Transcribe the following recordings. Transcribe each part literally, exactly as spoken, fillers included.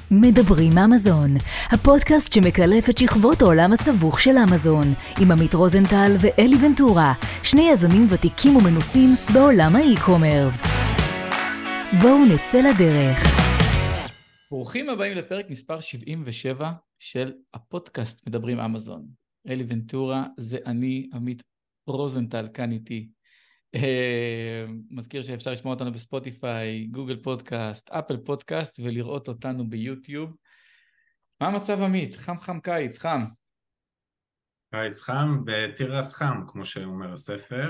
מדברים אמזון, הפודקאסט שמקלף את שכבות העולם הסבוך של אמזון, עם עמית רוזנטל ואלי ונטורה, שני יזמים ותיקים ומנוסים בעולם האי-קומרס. בואו נצא לדרך. ברוכים הבאים לפרק מספר שבעים ושבע של הפודקאסט מדברים אמזון. אלי ונטורה, זה אני, עמית רוזנטל, כאן איתי. מזכיר שאפשר לשמוע אותנו בספוטיפיי, גוגל פודקאסט, אפל פודקאסט, ולראות אותנו ביוטיוב. מה המצב, עמית? חם חם קיץ, חם. קיץ חם בתירס חם, כמו שאומר הספר.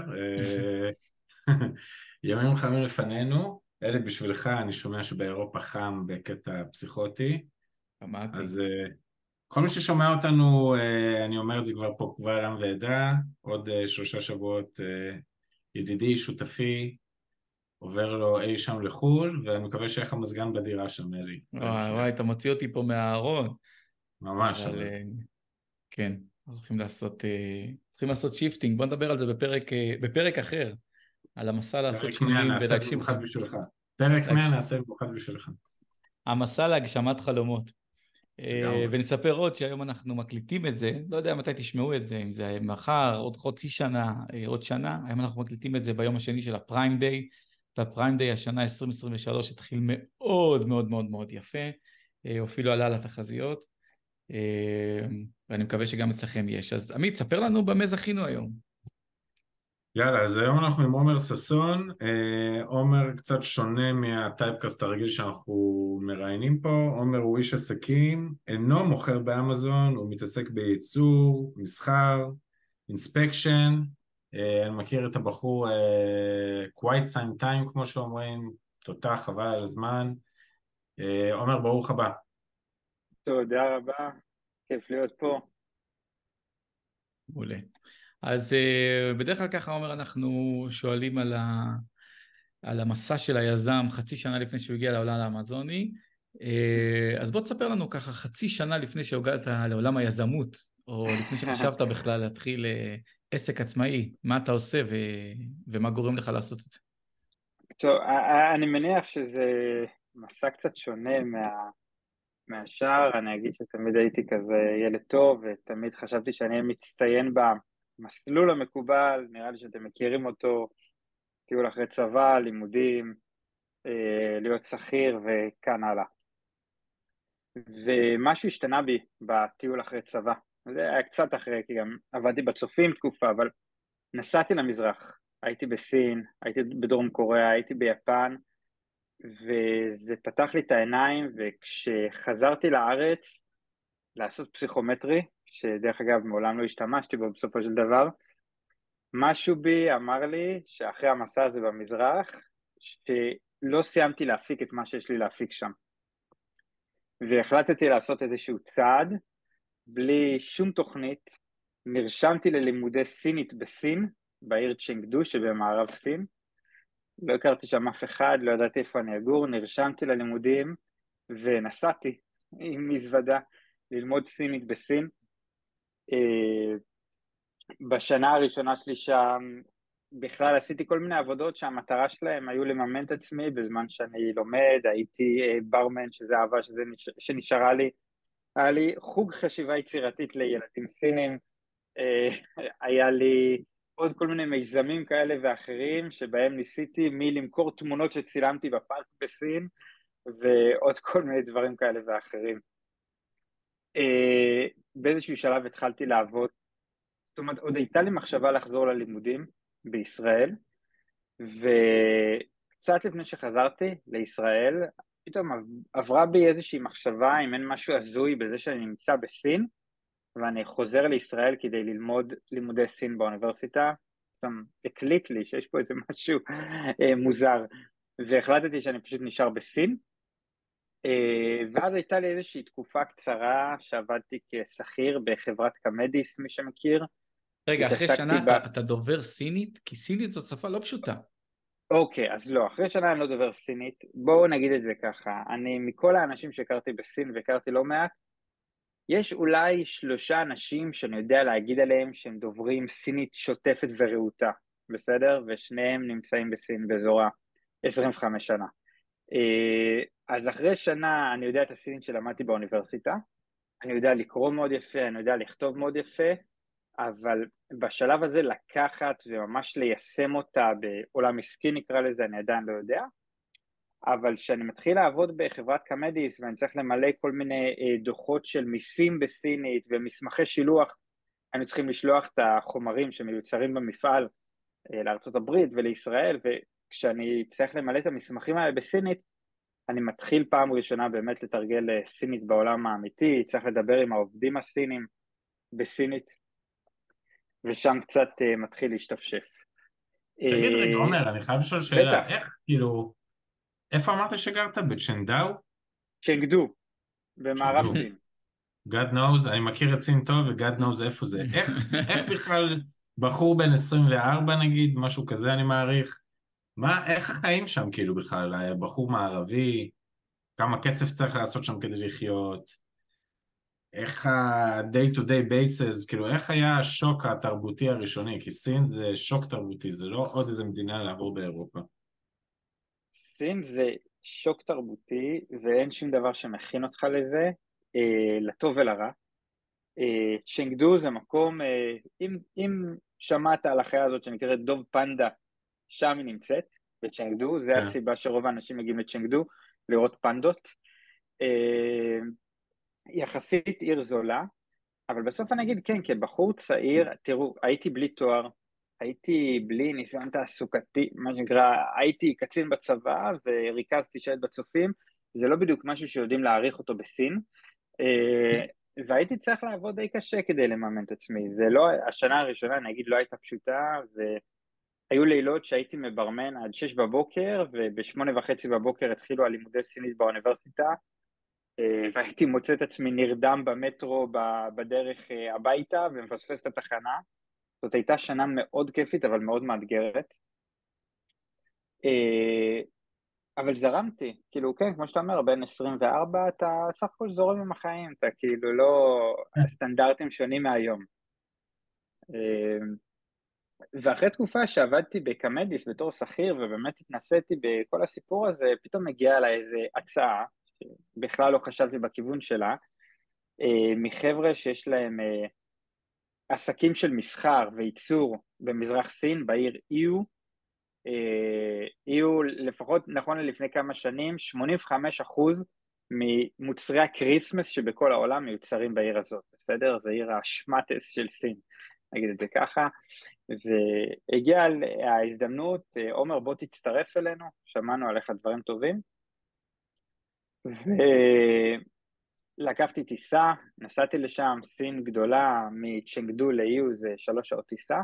ימים חמים לפנינו. אלה בשבילך, אני שומע שבאירופה חם בקטע פסיכוטי. אמרתי. אז כל מי ששומע אותנו, אני אומר את זה כבר פה קבל עם ועדה, עוד שלושה שבועות ידידי, שותפי, עובר לו אי שם לחול, ואני מקווה שיהיה לך מזגן בדירה שם, אלי. וואי, וואי, אתה מוציא אותי פה מהארון. ממש. אבל, אבל. כן, הולכים לעשות, הולכים לעשות שיפטינג. בוא נדבר על זה בפרק, בפרק אחר, על המסע לעשות שינויים ולהגשים חלומות. פרק מאה נעשה במיוחד בשבילך. המסע להגשמת חלומות. ונספר עוד שהיום אנחנו מקליטים את זה, לא יודע מתי תשמעו את זה, אם זה מחר, עוד חצי שנה, עוד שנה, היום אנחנו מקליטים את זה ביום השני של הפריים דיי, והפריים דיי השנה עשרים עשרים ושלוש התחיל מאוד מאוד מאוד מאוד יפה, אפילו עלה לתחזיות, ואני מקווה שגם אצלכם יש. אז עמית, תספר לנו במה זכינו היום. יאללה, אז היום אנחנו עם עומר ססון. עומר קצת שונה מהטייפקאסט הרגיל שאנחנו מראיינים פה. עומר הוא איש עסקים, אינו מוכר באמזון, הוא מתעסק בייצור, מסחר, אינספקשן. אני מכיר את הבחור quite some time, כמו שאומרים, תותח, חבל על הזמן. עומר, ברוך הבא. תודה רבה, כיף להיות פה. מעולה. אז uh, בדרך כלל ככה, עומר, אנחנו שואלים על, ה... על המסע של היזם חצי שנה לפני שהוא הגיע לעולם האמזוני. Uh, אז בוא תספר לנו ככה חצי שנה לפני שהגעת לעולם היזמות, או לפני שחשבת בכלל להתחיל uh, עסק עצמאי, מה אתה עושה ו... ומה גורם לך לעשות את זה? טוב, אני מניח שזה מסע קצת שונה מה... מהשאר. אני אגיד שתמיד הייתי כזה ילד טוב, ותמיד חשבתי שאני מצטיין בה. מסלול המקובל, נראה לי שאתם מכירים אותו, טיול אחרי צבא, לימודים, להיות שכיר וכאן הלאה. ומשהו השתנה בי בטיול אחרי צבא. זה היה קצת אחרי, כי גם עבדתי בצופים תקופה, אבל נסעתי למזרח. הייתי בסין, הייתי בדרום קוריאה, הייתי ביפן, וזה פתח לי את העיניים, וכשחזרתי לארץ לעשות פסיכומטרי, שדרך אגב מעולם לא השתמשתי בו בסופו של דבר, משהו בי אמר לי שאחרי המסע הזה במזרח, שלא סיימתי להפיק את מה שיש לי להפיק שם. והחלטתי לעשות איזשהו צעד, בלי שום תוכנית, נרשמתי ללימודי סינית בסין, בעיר צ'נגדו שבמערב סין, לא הכרתי שם אף אחד, לא ידעתי איפה אני אגור, נרשמתי ללימודים ונסעתי עם מזוודה ללמוד סינית בסין. בשנה הראשונה שלי שם בכלל עשיתי כל מיני עבודות שהמטרה שלהם היו לממן את עצמי בזמן שאני לומד, הייתי ברמן שזה אהבה שזה שנשארה לי, היה לי חוג חשיבה יצירתית לילדים סינים, היה לי עוד כל מיני מיזמים כאלה ואחרים שבהם ניסיתי מלמכור תמונות שצילמתי בפארק בסין ועוד כל מיני דברים כאלה ואחרים. באיזשהו שלב התחלתי לעבוד, זאת אומרת עוד הייתה לי מחשבה לחזור ללימודים בישראל, וקצת לפני שחזרתי לישראל פתאום עברה בי איזושהי מחשבה אם אין משהו הזוי בזה שאני נמצא בסין ואני חוזר לישראל כדי ללמוד לימודי סין באוניברסיטה. פתאום הקליק לי שיש פה איזה משהו מוזר, והחלטתי שאני פשוט נשאר בסין. ואז הייתה לי איזושהי תקופה קצרה שעבדתי כשכיר בחברת קמדיס, מי שמכיר. רגע, אחרי שנה ב... אתה, אתה דובר סינית? כי סינית זאת שפה לא פשוטה. אוקיי, אז לא, אחרי שנה אני לא דובר סינית. בואו נגיד את זה ככה, אני מכל האנשים שהכרתי בסין והכרתי לא מעט, יש אולי שלושה אנשים שאני יודע להגיד עליהם שהם דוברים סינית שוטפת ורעותה, בסדר? ושניהם נמצאים בסין באזור ה-עשרים וחמש שנה. אז אחרי שנה אני יודע את הסינית שלמדתי באוניברסיטה, אני יודע לקרוא מאוד יפה, אני יודע לכתוב מאוד יפה, אבל בשלב הזה לקחת וממש ליישם אותה בעולם עסקי נקרא לזה, אני עדיין לא יודע, אבל כשאני מתחיל לעבוד בחברת קמדיס ואני צריך למלא כל מיני דוחות של מיסים בסינית ומסמכי שילוח, אני צריכים לשלוח את החומרים שמיוצרים במפעל לארצות הברית ולישראל, וכשאני צריך למלא את המסמכים האלה בסינית, אני מתחיל פעם ראשונה באמת לתרגל סינית בעולם האמיתי, צריך לדבר עם העובדים הסינים בסינית, ושם קצת מתחיל להשתפשף. תגיד רגע, עומר, אני חייב לשאול שאלה, בטח. איך, כאילו, איפה אמרת שגרת? בצ'נגדאו? צ'נגדו, במערב צ'נגדו. סין. God knows, אני מכיר את סין טוב, ו-God knows איפה זה. איך, איך בכלל בחור בן עשרים וארבע נגיד, משהו כזה אני מעריך, מה, איך החיים שם כאילו בכלל, בחור מערבי, כמה כסף צריך לעשות שם כדי לחיות, איך ה-day to day basis, כאילו איך היה השוק התרבותי הראשוני, כי סין זה שוק תרבותי, זה לא עוד איזה מדינה לעבור באירופה. סין זה שוק תרבותי, ואין שום דבר שמכין אותך לזה, אה, לטוב ולרע. אה, צ'נגדו זה מקום, אה, אם, אם שמעת על החיה הזאת שנקראת דוב פנדה, שם היא נמצאת, בצ'נגדו, זה כן. הסיבה שרוב האנשים מגיעים לצ'נגדו, לראות פנדות. אה, יחסית עיר זולה, אבל בסוף אני אגיד כן, כבחור צעיר, תראו, הייתי בלי תואר, הייתי בלי ניסיון תעסוקתי, מה שנקרא, הייתי קצין בצבא וריכזתי שלט בצופים, זה לא בדיוק משהו שיודעים להעריך אותו בסין, והייתי צריך לעבוד די קשה כדי לממן את עצמי, זה לא, השנה הראשונה אני אגיד לא הייתה פשוטה, והיו לילות שהייתי מברמן עד שש בבוקר, ובשמונה וחצי בבוקר התחילו הלימודי סינית באוניברסיטה, והייתי מוצא את עצמי נרדם במטרו בדרך הביתה ומפספס את התחנה. זאת הייתה שנה מאוד כיפית אבל מאוד מאתגרת, אבל זרמתי, כאילו כן, כמו שאתה אומר, בין עשרים וארבע אתה סך הכל זורם עם החיים, אתה כאילו לא, הסטנדרטים שונים מהיום. ואחרי תקופה שעבדתי בקמדיס בתור שכיר ובאמת התנסיתי בכל הסיפור הזה, פתאום הגיעה לה איזו הצעה בכלל לא חשבתי בכיוון שלה, מחבר'ה שיש להם עסקים של מסחר וייצור במזרח סין, בעיר איו, איו לפחות נכון ללפני כמה שנים, שמונים וחמישה אחוז ממוצרי הקריסמס שבכל העולם מיוצרים בעיר הזאת, בסדר? זה עיר השמטס של סין, נגיד את זה ככה, והגיעה ההזדמנות, עומר בוא תצטרף אלינו, שמענו עליך דברים טובים, ולקחתי טיסה, נסעתי לשם, סין גדולה, מצ'נגדו לאיו זה שלוש שעות טיסה,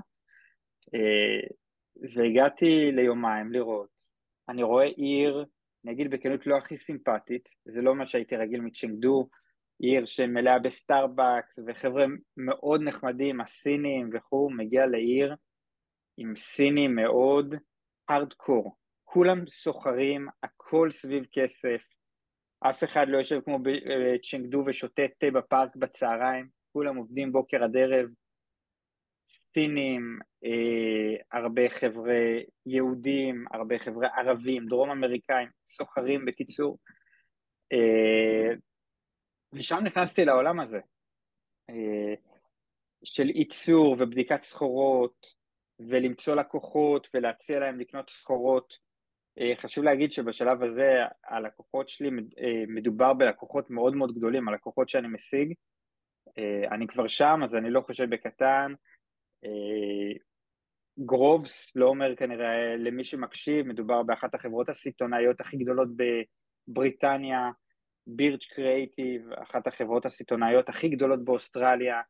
והגעתי ליומיים לראות, אני רואה עיר, נגיד בכנות לא הכי סימפטית, זה לא מה שהייתי רגיל מצ'נגדו, עיר שמלאה בסטארבקס וחבר'ה מאוד נחמדים, הסינים וכו', מגיע לעיר עם סינים מאוד הארדקור, כולם סוחרים, הכל סביב כסף, אף אחד לא יושב כמו בצ'נגדו ושותה תה בפארק בצהריים, כולם עובדים בוקר עד ערב, סינים, אה, הרבה חבר'ה יהודים, הרבה חבר'ה ערבים, דרום אמריקאים, סוחרים בקיצור, אה, ושם נכנסתי לעולם הזה, אה, של ייצור ובדיקת סחורות, ולמצוא לקוחות ולהציע להם לקנות סחורות, חשוב להגיד שבשלב הזה הלקוחות שלי מדובר בלקוחות מאוד מאוד גדולים, הלקוחות שאני משיג, אני כבר שם אז אני לא חושב בקטן, גרובס לא אומר כנראה למי שמקשיב, מדובר באחת החברות הסיטונאיות הכי גדולות בבריטניה, בירץ' קריאייטיב, אחת החברות הסיטונאיות הכי גדולות באוסטרליה,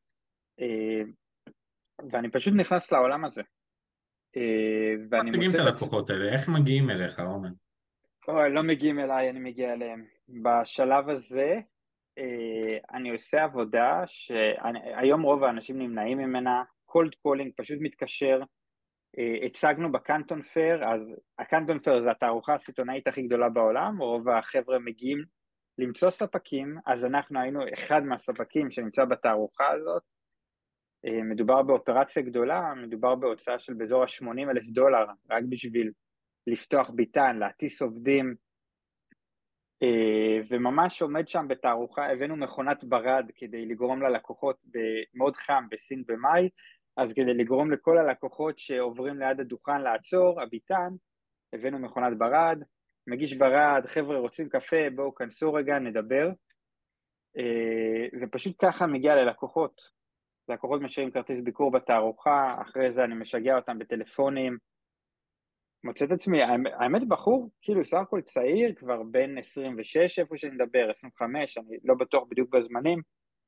ואני פשוט נכנס לעולם הזה. איך מציגים את הלקוחות האלה? איך מגיעים אליך, עומר? לא מגיעים אליי, אני מגיע אליהם. בשלב הזה אני עושה עבודה שהיום רוב האנשים נמנעים ממנה, קולד קולינג, פשוט מתקשר, הצגנו בקנטון פר, אז הקנטון פר זה התערוכה הסיטונאית הכי גדולה בעולם, רוב החבר'ה מגיעים למצוא ספקים, אז אנחנו היינו אחד מהספקים שנמצא בתערוכה הזאת, מדובר באופרציה גדולה, מדובר בהוצאה של באזור ה-שמונים אלף דולר, רק בשביל לפתוח ביתן, להטיס עובדים, וממש עומד שם בתערוכה, הבאנו מכונת ברד כדי לגרום ללקוחות, מאוד חם בסין במאי, אז כדי לגרום לכל הלקוחות שעוברים ליד הדוכן לעצור, הביטן, הבאנו מכונת ברד, מגיש ברד, חבר'ה רוצים קפה, בואו כנסו רגע, נדבר, ופשוט ככה מגיע ללקוחות, לקוחות משאירים כרטיס ביקור בתערוכה, אחרי זה אני משגע אותם בטלפונים, מוצא את עצמי, האמת בחור, כאילו סך הכל צעיר, כבר בין עשרים ושש, איפה שאני מדבר, עשרים וחמש, אני לא בטוח בדיוק בזמנים,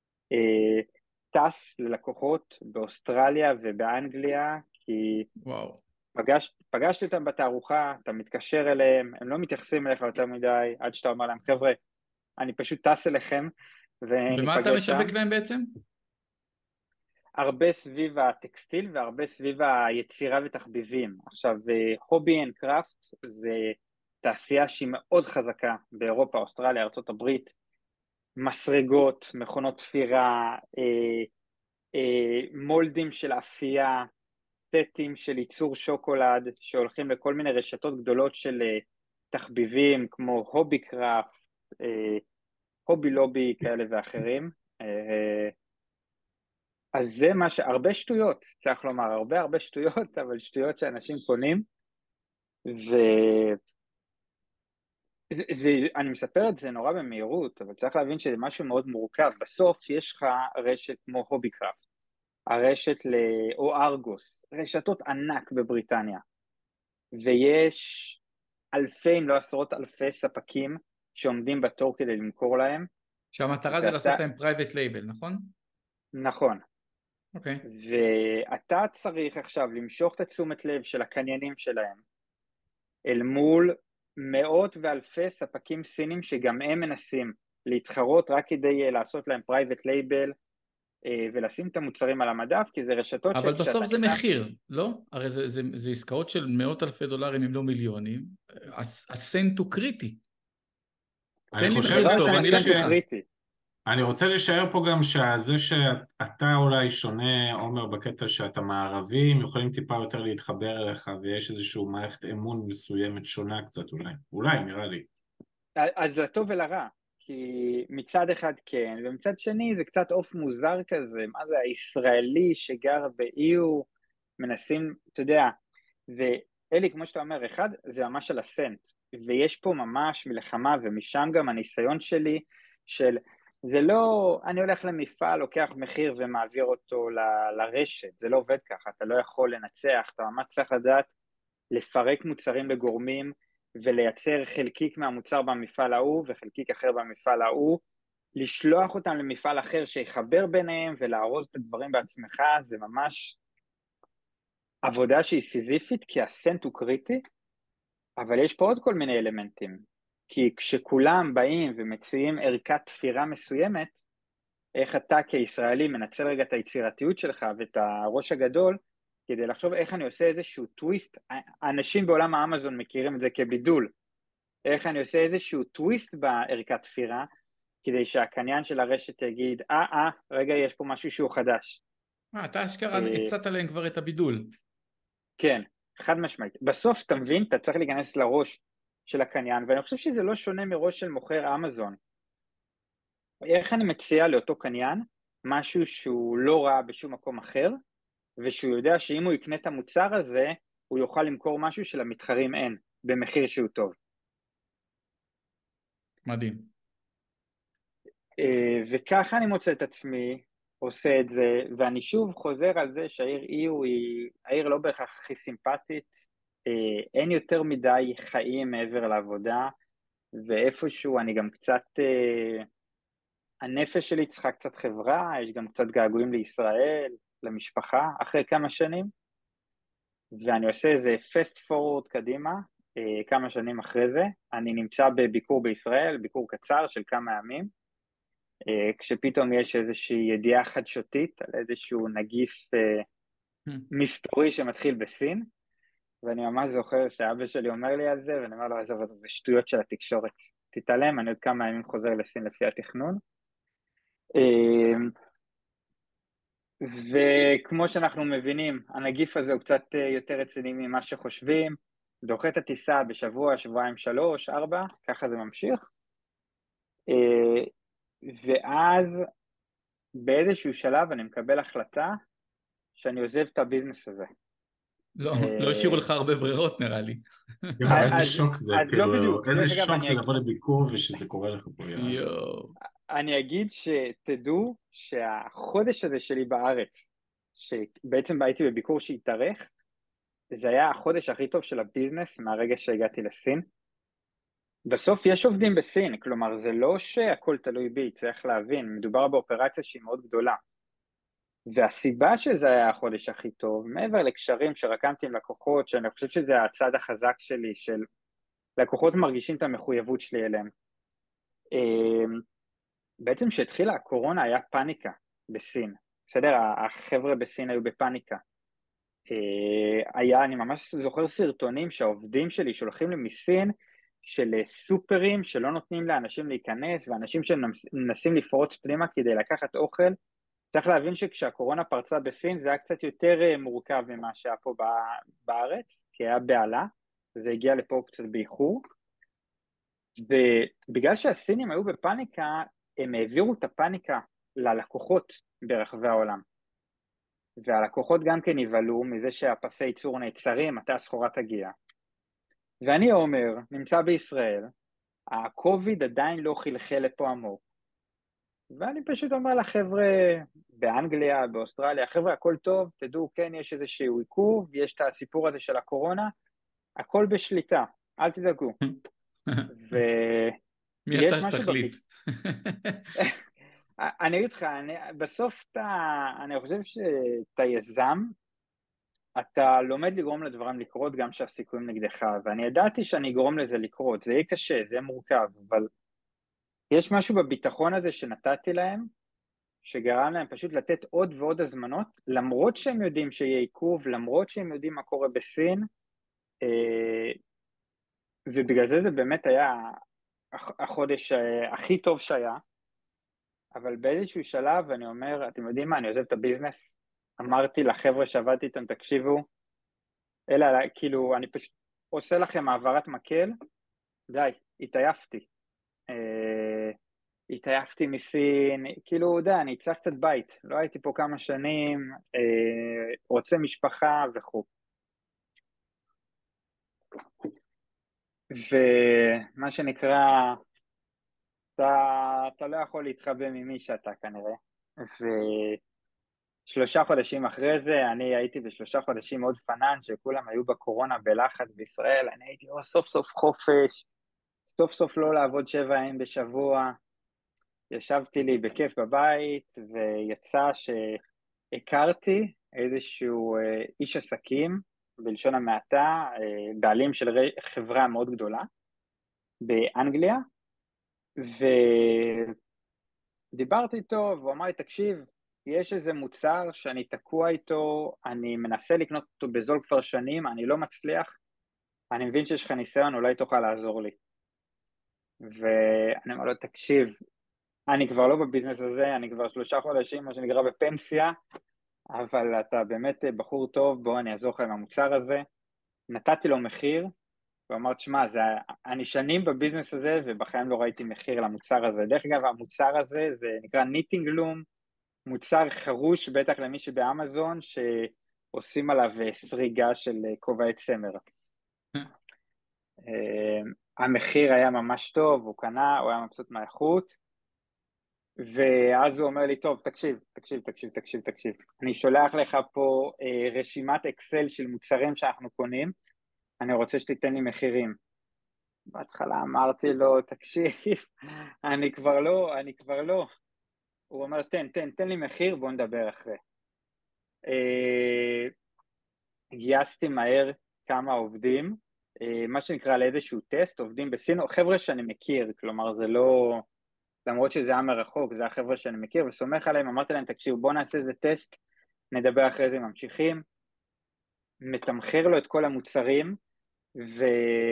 טס ללקוחות באוסטרליה ובאנגליה, כי וואו. פגש, פגשתי אותם בתערוכה, אתה מתקשר אליהם, הם לא מתייחסים אליך יותר מדי, עד שאתה אומר להם, חבר'ה, אני פשוט טס אליכם, ומה אתה משווק להם בעצם? הרבה סביב הטקסטיל והרבה סביב היצירה ותחביבים. עכשיו, הובי אנד קראפט זה תעשייה שהיא מאוד חזקה באירופה, אוסטרליה, ארצות הברית, מסרגות, מכונות תפירה, אה, אה, מולדים של אפייה, סטים של ייצור שוקולד, שהולכים לכל מיני רשתות גדולות של אה, תחביבים, כמו הובי קראפט, אה, הובי לובי כאלה ואחרים, אה, אז זה מה ש... הרבה שטויות, צריך לומר, הרבה הרבה שטויות, אבל שטויות שאנשים קונים, ו... זה, זה, אני מספר את זה נורא במהירות, אבל צריך להבין שזה משהו מאוד מורכב. בסוף יש לך רשת כמו הובי קראפט, הרשת ל... או ארגוס, רשתות ענק בבריטניה, ויש אלפי, אם לא עשרות אלפי ספקים שעומדים בתור כדי למכור להם. שהמטרה זה לעשות להם פרייבט לייבל, נכון? נכון. אוקיי. ואתה צריך עכשיו למשוך את התשומת לב של הקניינים שלהם אל מול מאות ואלפי ספקים סינים שגם הם מנסים להתחרות רק כדי לעשות להם פרייבט לייבל ולשים את המוצרים על המדף, כי זה רשתות אבל בסוף זה נכנס... מחיר, לא? הרי זה, זה, זה עסקאות של מאות אלפי דולרים אם לא מיליונים, הסנט הוא קריטי. אני תן חושב לי שזה טוב, אני הסנט הוא לא... קריטי. אני רוצה לשער פה גם שזה שאתה אולי שונה, עומר, בקטע שאתה מערבי, הם יכולים טיפה יותר להתחבר אליך, ויש איזשהו מערכת אמון מסוימת שונה קצת אולי. אולי, נראה לי. אז לטוב ולרע, כי מצד אחד כן, ומצד שני זה קצת אוף מוזר כזה, מה זה הישראלי שגר באיו, מנסים, אתה יודע, ואלי, כמו שאתה אומר, אחד, זה ממש על הסנט, ויש פה ממש מלחמה, ומשם גם הניסיון שלי, של... זה לא, אני הולך למפעל, לוקח מחיר ומעביר אותו ל, לרשת, זה לא עובד ככה, אתה לא יכול לנצח, אתה ממש צריך לדעת לפרק מוצרים לגורמים, ולייצר חלקיק מהמוצר במפעל ההוא, וחלקיק אחר במפעל ההוא, לשלוח אותם למפעל אחר שיחבר ביניהם, ולארוז את הדברים בעצמך, זה ממש עבודה שהיא סיזיפית, כי הסנט הוא קריטי, אבל יש פה עוד כל מיני אלמנטים, כי כשכולם באים ומציעים ערכת תפירה מסוימת, איך אתה כישראלי מנצל רגע את היצירתיות שלך ואת הראש הגדול, כדי לחשוב איך אני עושה איזשהו טוויסט, אנשים בעולם האמזון מכירים את זה כבידול, איך אני עושה איזשהו טוויסט בערכת תפירה, כדי שהקניין של הרשת יגיד, אה, אה, רגע, יש פה משהו שהוא חדש. אה, אתה אשכרה הצעת עליהם כבר את הבידול. כן, חד משמעית. בסוף, אתה מבין, אתה צריך להיכנס לראש של הקניין, ואני חושב שזה לא שונה מראש של מוכר אמזון. איך אני מציע לאותו קניין משהו שהוא לא רע בשום מקום אחר, ושהוא יודע שאם הוא יקנה את המוצר הזה, הוא יוכל למכור משהו שלמתחרים אין, במחיר שהוא טוב. מדהים. וככה אני מוצא את עצמי, עושה את זה, ואני שוב חוזר על זה שהעיר איו היא העיר לא בהכרח הכי סימפטית, אין יותר מדי חיים מעבר לעבודה, ואיפשהו אני גם קצת, הנפש שלי צריכה קצת חברה, יש גם קצת געגועים לישראל, למשפחה, אחרי כמה שנים, ואני עושה איזה fast forward קדימה, כמה שנים אחרי זה, אני נמצא בביקור בישראל, ביקור קצר של כמה ימים, כשפתאום יש איזושהי ידיעה חדשותית על איזשהו נגיף מסתורי שמתחיל בסין, ואני ממש זוכר שאבא שלי אומר לי על זה, ואני אומר לו, עזוב, עזוב, זה שטויות של התקשורת, תתעלם, אני עוד כמה ימים חוזר לסין לפי התכנון. וכמו שאנחנו מבינים, הנגיף הזה הוא קצת יותר רציני ממה שחושבים, דוחה את הטיסה בשבוע, שבועיים, שלוש, ארבע, ככה זה ממשיך, ואז באיזשהו שלב אני מקבל החלטה שאני עוזב את הביזנס הזה. לא השאירו לך הרבה ברירות נראה לי. איזה שוק זה, איזה שוק זה לבוא לביקור ושזה קורה לך פה. אני אגיד שתדעו שהחודש הזה שלי בארץ, שבעצם הייתי בביקור שהתארך, זה היה החודש הכי טוב של הביזנס מהרגע שהגעתי לסין. בסוף יש עובדים בסין, כלומר זה לא שהכל תלוי בי, צריך להבין, מדובר באופרציה שהיא מאוד גדולה. והסיבה שזה היה החודש הכי טוב, מעבר לקשרים שרקמתי עם לקוחות, שאני חושב שזה הצד החזק שלי, של לקוחות מרגישים את המחויבות שלי אליהם. בעצם שהתחילה הקורונה היה פאניקה בסין, בסדר? החבר'ה בסין היו בפאניקה. היה, אני ממש זוכר סרטונים שהעובדים שלי שולחים לי מסין, של סופרים שלא נותנים לאנשים להיכנס, ואנשים שמנסים לפרוץ פנימה כדי לקחת אוכל. צריך להבין שכשהקורונה פרצה בסין זה היה קצת יותר מורכב ממה שהיה פה בארץ, כי היה בעלה, זה הגיע לפה קצת באיחור, ובגלל שהסינים היו בפאניקה, הם העבירו את הפאניקה ללקוחות ברחבי העולם, והלקוחות גם כן נבהלו מזה שהפסי ייצור נעצרים, מתי הסחורה תגיע. ואני אומר, נמצא בישראל, הקוביד עדיין לא חלחל לפה עמוק, ואני פשוט אומר לחבר'ה באנגליה, באוסטרליה, חבר'ה הכל טוב, תדעו, כן, יש איזשהו עיכוב, יש את הסיפור הזה של הקורונה, הכל בשליטה, אל תדאגו. מי אתה שתחליט? אני אגיד לך, בסוף אני חושב שאתה יזם, אתה לומד לגרום לדברים לקרות גם שהסיכויים נגדך, ואני ידעתי שאני אגרום לזה לקרות, זה יהיה קשה, זה יהיה מורכב, אבל יש משהו בביטחון הזה שנתתי להם, שגרם להם פשוט לתת עוד ועוד הזמנות, למרות שהם יודעים שיהיה עיכוב, למרות שהם יודעים מה קורה בסין, ובגלל זה זה באמת היה החודש הכי טוב שהיה, אבל באיזשהו שלב אני אומר, אתם יודעים מה, אני עוזב את הביזנס, אמרתי לחבר'ה שעבדתי איתם, תקשיבו, אלא כאילו אני פשוט עושה לכם העברת מקל, די, התעייפתי. התעייפתי מסין, כאילו, די, אני צריך קצת בית, לא הייתי פה כמה שנים, רוצה משפחה וכו'. ומה שנקרא, אתה, אתה לא יכול להתחבא ממי שאתה כנראה, ושלושה חודשים אחרי זה, אני הייתי בשלושה חודשים מאוד פנן, שכולם היו בקורונה בלחץ בישראל, אני הייתי, או, סוף סוף חופש, סוף סוף לא לעבוד שבע ימים בשבוע, ישבתי לי בכיף בבית, ויצא שהכרתי איזשהו איש עסקים, בלשון המעטה, בעלים של חברה מאוד גדולה, באנגליה, ודיברתי איתו, והוא אמר לי, תקשיב, יש איזה מוצר שאני תקוע איתו, אני מנסה לקנות אותו בזול כבר שנים, אני לא מצליח, אני מבין שיש לך ניסיון, אולי תוכל לעזור לי. ואני אומר לו, תקשיב, אני כבר לא בביזנס הזה, אני כבר שלושה חודשים, מה שנקרא בפנסיה, אבל אתה באמת בחור טוב, בוא אני אעזור לך עם המוצר הזה. נתתי לו מחיר, ואמרת, שמה, אני שנים בביזנס הזה, ובחיים לא ראיתי מחיר למוצר הזה. דרך אגב, המוצר הזה, זה נקרא ניטינג לום, מוצר חרוש, בטח למי שבאמזון, שעושים עליו סריגה של כובעי צמר. המחיר היה ממש טוב, הוא קנה, הוא היה מבסוט מהאיכות, ואז הוא אומר לי, טוב, תקשיב, תקשיב, תקשיב, תקשיב, תקשיב. אני שולח לך פה אה, רשימת אקסל של מוצרים שאנחנו קונים, אני רוצה שתיתן לי מחירים. בהתחלה אמרתי לו, תקשיב, אני כבר לא, אני כבר לא. הוא אומר, תן, תן, תן לי מחיר, בוא נדבר אחרי. אה, גייסתי מהר כמה עובדים, אה, מה שנקרא לאיזשהו טסט, עובדים בסין, או חבר'ה שאני מכיר, כלומר זה לא... למרות שזה היה מרחוק, זה החבר'ה שאני מכיר, וסומך עליהם, אמרתי להם, תקשיב, בוא נעשה איזה טסט, נדבר אחרי זה, ממשיכים, מתמחר לו את כל המוצרים, ו...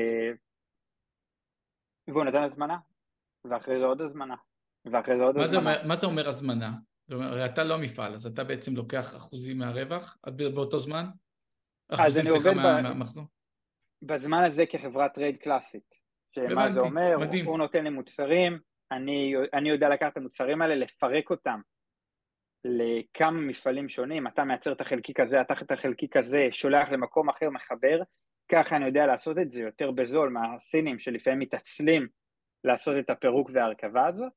והוא נתן הזמנה, ואחרי זה עוד הזמנה, ואחרי זה עוד מה הזמנה. זה, מה זה אומר הזמנה? זאת אומרת, הרי אתה לא מפעל, אז אתה בעצם לוקח אחוזים מהרווח, באותו זמן? אחוזים, סליחה, מה, מהמחזור? בזמן הזה כחברת טרייד קלאסית, שמה זה אומר, מדהים. הוא נותן לי מוצרים, אני, אני יודע לקחת את המוצרים האלה, לפרק אותם לכמה מפעלים שונים, אתה מייצר את החלקיק הזה, אתה את החלקיק הזה, שולח למקום אחר, מחבר, ככה אני יודע לעשות את זה יותר בזול מהסינים שלפעמים מתעצלים לעשות את הפירוק וההרכבה הזאת.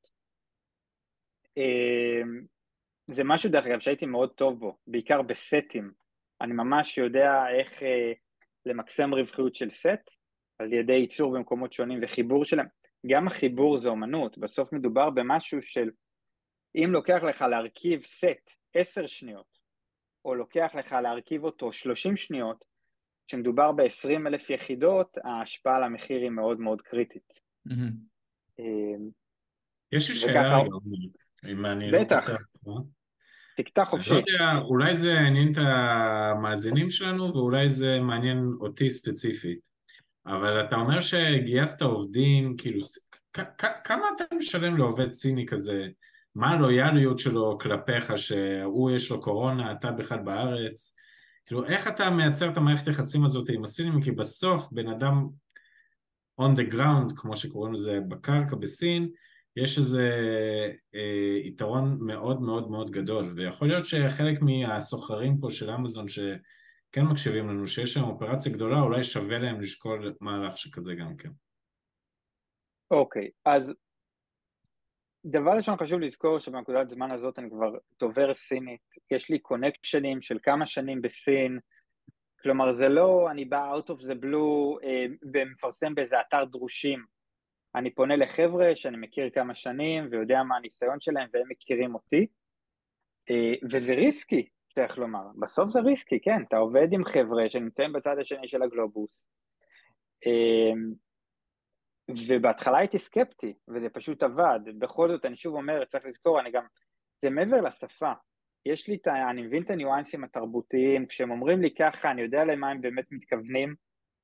זה משהו דרך אגב שהייתי מאוד טוב בו, בעיקר בסטים. אני ממש יודע איך למקסם רווחיות של סט, על ידי ייצור במקומות שונים וחיבור שלהם. גם החיבור זה אומנות, בסוף מדובר במשהו של, אם לוקח לך להרכיב סט עשר שניות, או לוקח לך להרכיב אותו שלושים שניות, כשמדובר ב-עשרים אלף יחידות, ההשפעה על המחיר היא מאוד מאוד קריטית. יש לי שאלה רגע, אם מעניינות אותך. תקטע חופשי. אני לא יודע, אולי זה מעניין את המאזינים שלנו, ואולי זה מעניין אותי ספציפית. אבל אתה אומר שגייסת עובדים, כאילו, כמה אתה משלם לעובד סיני כזה? מה הלויאליות שלו כלפיך, שהוא יש לו קורונה, אתה בכלל בארץ? כאילו, איך אתה מייצר את המערכת היחסים הזאת עם הסינים? כי בסוף בן אדם on the ground, כמו שקוראים לזה בקרקע בסין, יש איזה אה, יתרון מאוד מאוד מאוד גדול, ויכול להיות שחלק מהסוחרים פה של אמזון שכן מקשיבים לנו, שיש שם אופרציה גדולה, אולי שווה להם לשקול מהלך שכזה גם כן. אוקיי, אז דבר ראשון חשוב לזכור שבנקודת זמן הזאת אני כבר דובר סינית, יש לי קונקשנים של כמה שנים בסין, כלומר זה לא אני בא out of the blue אה, ומפרסם באיזה אתר דרושים, אני פונה לחבר'ה שאני מכיר כמה שנים ויודע מה הניסיון שלהם והם מכירים אותי, וזה ריסקי, צריך לומר, בסוף זה ריסקי, כן, אתה עובד עם חבר'ה שנמצאים בצד השני של הגלובוס, ובהתחלה הייתי סקפטי, וזה פשוט עבד, בכל זאת אני שוב אומר, צריך לזכור, אני גם, זה מעבר לשפה, יש לי, אני מבין את הניואנסים התרבותיים, כשהם אומרים לי ככה, אני יודע למה הם באמת מתכוונים,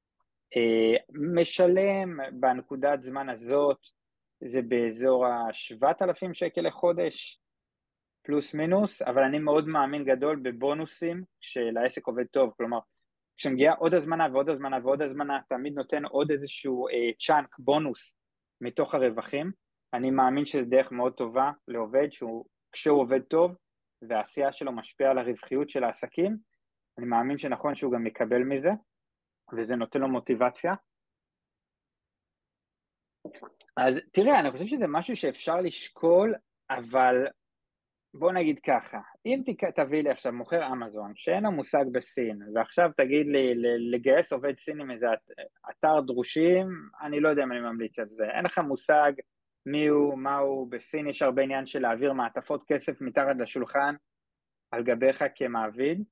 משלם בנקודת זמן הזאת, זה באזור ה-שבעת אלפים שקל לחודש, פלוס מינוס, אבל אני מאוד מאמין גדול בבונוסים שלעסק עובד טוב, כלומר, כשמגיעה עוד הזמנה ועוד הזמנה ועוד הזמנה, תמיד נותן עוד איזשהו אה, צ'אנק, בונוס, מתוך הרווחים, אני מאמין שזה דרך מאוד טובה לעובד, שהוא, כשהוא עובד טוב, והעשייה שלו משפיע על הרווחיות של העסקים, אני מאמין שנכון שהוא גם יקבל מזה, וזה נותן לו מוטיבציה. אז תראה, אני חושב שזה משהו שאפשר לשקול, אבל בוא נגיד ככה, אם תביא לי עכשיו מוכר אמזון, שאין לו מושג בסין, ועכשיו תגיד לי לגייס עובד סיני מאיזה אתר דרושים, אני לא יודע אם אני ממליץ על זה, אין לך מושג מי הוא, מה הוא, בסין יש הרבה עניין של להעביר מעטפות כסף מתחת לשולחן, על גביך כמעביד,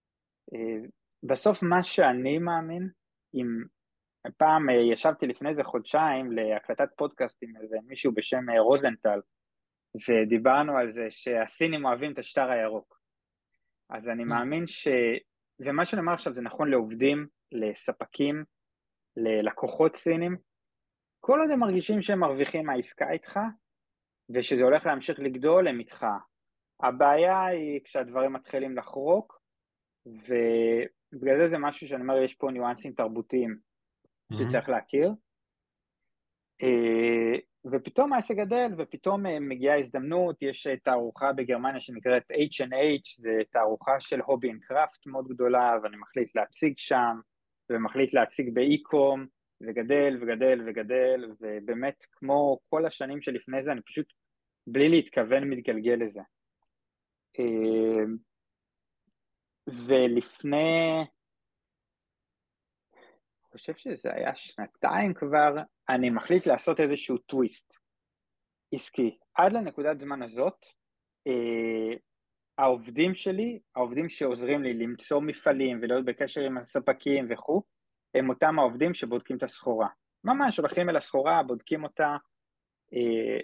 בסוף מה שאני מאמין, אם פעם ישבתי לפני איזה חודשיים להקלטת פודקאסט עם איזה מישהו בשם רוזנטל, ודיברנו על זה שהסינים אוהבים את השטר הירוק. אז אני מאמין ש... ומה שאני אומר עכשיו זה נכון לעובדים, לספקים, ללקוחות סינים, כל עוד הם מרגישים שהם מרוויחים מהעסקה איתך, ושזה הולך להמשיך לגדול, הם איתך. הבעיה היא כשהדברים מתחילים לחרוק, ובגלל זה זה משהו שאני אומר, יש פה ניואנסים תרבותיים שצריך להכיר, ופתאום העסק גדל, ופתאום מגיעה הזדמנות, יש תערוכה בגרמניה שנקראת אייץ' אנד אייץ', זה תערוכה של הובי אנד קראפט מאוד גדולה, ואני מחליט להציג שם, ומחליט להציג באי-קום, וגדל וגדל וגדל, ובאמת כמו כל השנים שלפני זה, אני פשוט בלי להתכוון מתגלגל לזה. ולפני, אני חושב שזה היה שנתיים כבר, אני מחליט לעשות איזשהו טוויסט עסקי. עד לנקודת זמן הזאת, אה, העובדים שלי, העובדים שעוזרים לי למצוא מפעלים ולהיות בקשר עם הספקים וכו', הם אותם העובדים שבודקים את הסחורה. ממש הולכים אל הסחורה, בודקים אותה, אה,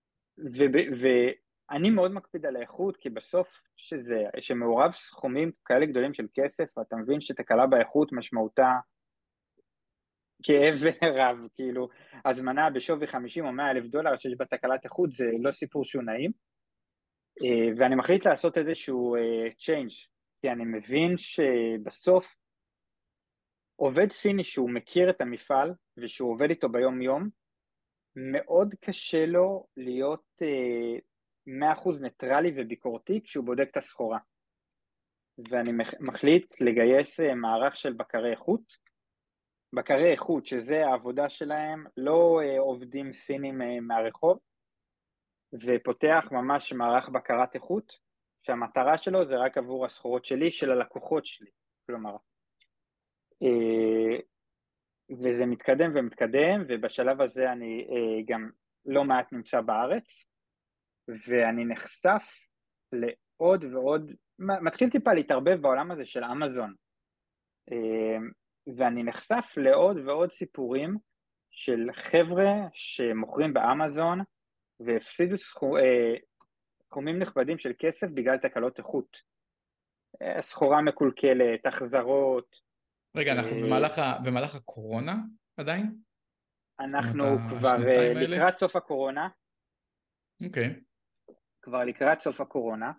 ואני מאוד מקפיד על האיכות, כי בסוף שזה, שמעורב סכומים כאלה גדולים של כסף, אתה מבין שתקלה באיכות משמעותה, כאב רב, כאילו, הזמנה בשווי חמישים או מאה אלף דולר שיש בה תקלת איכות, זה לא סיפור שהוא נעים, ואני מחליט לעשות איזשהו change, כי אני מבין שבסוף, עובד סיני שהוא מכיר את המפעל, ושהוא עובד איתו ביום יום, מאוד קשה לו להיות אה, מאה אחוז ניטרלי וביקורתי כשהוא בודק את הסחורה. ואני מחליט לגייס אה, מערך של בקרי איכות, בקרי איכות שזה העבודה שלהם, לא אה, עובדים סינים אה, מהרחוב, ופותח ממש מערך בקרת איכות, שהמטרה שלו זה רק עבור הסחורות שלי, של הלקוחות שלי, כלומר. אה, וזה מתקדם ומתקדם, ובשלב הזה אני אה, גם לא מעט נמצא בארץ, ואני נחשף לעוד ועוד, מתחיל טיפה להתערבב בעולם הזה של אמזון, אה, ואני נחשף לעוד ועוד סיפורים של חבר'ה שמוכרים באמזון, והפסידו סכו, אה, סכומים נכבדים של כסף בגלל תקלות איכות. אה, סחורה מקולקלת, החזרות. רגע, אנחנו אה, במהלך, ה, במהלך הקורונה עדיין? אנחנו זאת אומרת, כבר השנתיים אה, האלה? לקראת סוף הקורונה, אוקיי. כבר לקראת סוף הקורונה,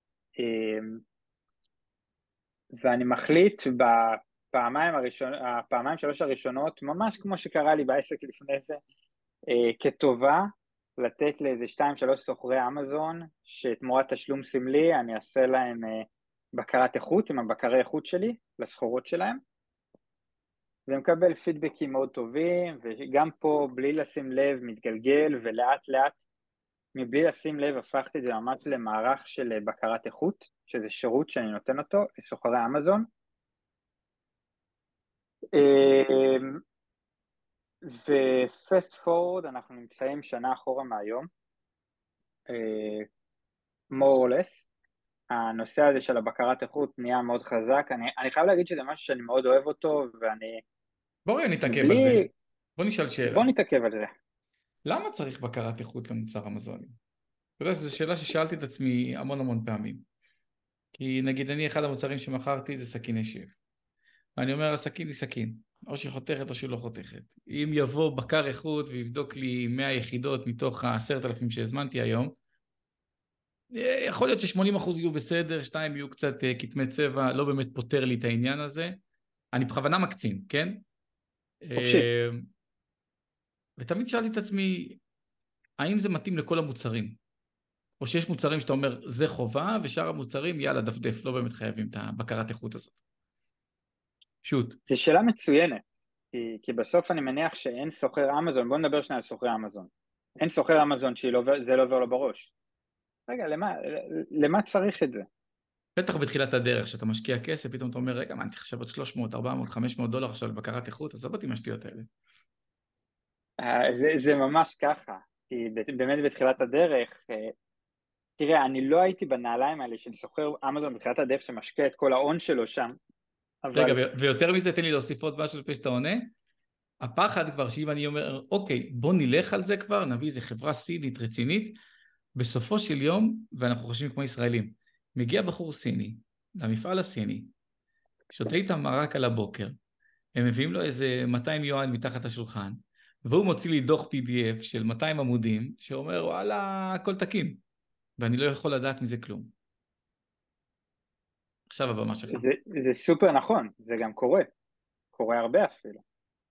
ואני מחליט בפעמיים הראשון, הפעמיים שלוש הראשונות, ממש כמו שקרה לי בעסק לפני זה, כטובה, לתת לאיזה שתיים שלוש סוחרי אמזון, שתמורת תשלום סמלי אני אעשה להם בקרת איכות, עם הבקרי איכות שלי, לסחורות שלהם, ומקבל פידבקים מאוד טובים, וגם פה בלי לשים לב מתגלגל, ולאט לאט מבלי לשים לב הפכתי את זה ממש למערך של בקרת איכות, שזה שירות שאני נותן אותו לסוחרי אמזון. ופסט פורוד אנחנו נמצאים שנה אחורה מהיום, more or less, הנושא הזה של הבקרת איכות נהיה מאוד חזק, אני, אני חייב להגיד שזה משהו שאני מאוד אוהב אותו, ואני... בואו נתעכב בלי... על זה, בואו נשאל שאלה. בואו נתעכב על זה. למה צריך בקרת איכות למוצר אמזוני? אתה יודע, זו שאלה ששאלתי את עצמי המון המון פעמים. כי נגיד אני אחד המוצרים שמכרתי זה סכיני שף. ואני אומר, הסכין היא סכין, או שהיא חותכת או שהיא לא חותכת. אם יבוא בקר איכות ויבדוק לי מאה יחידות מתוך ה-עשרת אלפים שהזמנתי היום, יכול להיות ש-שמונים אחוז יהיו בסדר, שתיים יהיו קצת כתמי צבע, לא באמת פותר לי את העניין הזה. אני בכוונה מקצין, כן? חופשי. ותמיד שאלתי את עצמי, האם זה מתאים לכל המוצרים? או שיש מוצרים שאתה אומר, זה חובה, ושאר המוצרים, יאללה, דפדף, לא באמת חייבים את הבקרת איכות הזאת. שוט. זו שאלה מצוינת, כי, כי בסוף אני מניח שאין סוחר אמזון, בואו נדבר שנייה על סוחרי אמזון. אין סוחר אמזון שזה לא עובר לו בראש. רגע, למה, למה צריך את זה? בטח בתחילת הדרך, שאתה משקיע כסף, פתאום אתה אומר, רגע, מה, אני תחשב עוד שלוש מאות, ארבע מאות, חמש מאות דולר עכשיו לבקרת איכות, אז עבוד עם השטויות האלה. זה, זה ממש ככה, כי באמת בתחילת הדרך, תראה, אני לא הייתי בנעליים האלה של סוחר אמזון בתחילת הדרך שמשקיע את כל ההון שלו שם, אבל... רגע, ויותר מזה, תן לי להוסיף עוד משהו לפני שאתה עונה. הפחד כבר, שאם אני אומר, אוקיי, בוא נלך על זה כבר, נביא איזה חברה סינית רצינית, בסופו של יום, ואנחנו חושבים כמו ישראלים, מגיע בחור סיני, למפעל הסיני, שותה איתם מרק על הבוקר, הם מביאים לו איזה מאתיים יואן מתחת השולחן, והוא מוציא לי דוח פי די אף של מאתיים עמודים, שאומר, וואלה, הכל תקין, ואני לא יכול לדעת מזה כלום. עכשיו הבמה שלך. זה, זה סופר נכון, זה גם קורה, קורה הרבה אפילו.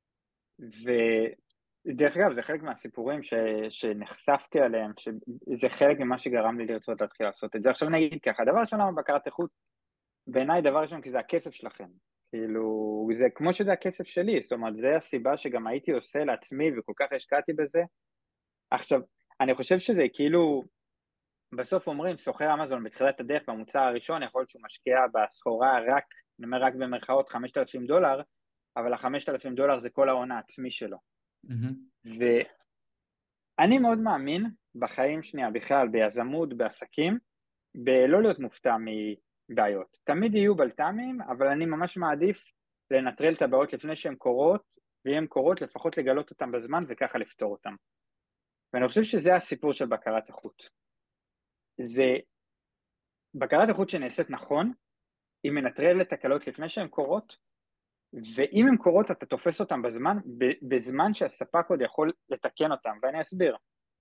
ודרך אגב, זה חלק מהסיפורים ש, שנחשפתי עליהם, שזה חלק ממה שגרם לי לרצות להתחיל לעשות את זה. עכשיו נגיד ככה, דבר ראשון למה בקרת איכות, בעיניי דבר ראשון כי זה הכסף שלכם. כאילו, זה כמו שזה הכסף שלי, זאת אומרת, זה הסיבה שגם הייתי עושה לעצמי וכל כך השקעתי בזה. עכשיו, אני חושב שזה כאילו, בסוף אומרים, סוחר אמזון בתחילת הדרך במוצר הראשון, יכול להיות שהוא משקיע בסחורה רק, אני אומר רק במרכאות חמשת אלפים דולר, אבל ה-חמשת אלפים דולר זה כל ההון העצמי שלו. Mm-hmm. ואני מאוד מאמין בחיים שנייה, בכלל, ביזמות, בעסקים, בלא להיות מופתע מבעיות. תמיד יהיו בלת"מים, אבל אני ממש מעדיף לנטרל את הבעיות לפני שהן קורות, והן קורות לפחות לגלות אותן בזמן וככה לפתור אותן. ואני חושב שזה הסיפור של בקרת איכות. זה בקרת איכות שנעשית נכון, היא מנטרלת תקלות לפני שהן קורות, ואם הן קורות אתה תופס אותן בזמן, בזמן שהספק עוד יכול לתקן אותן, ואני אסביר.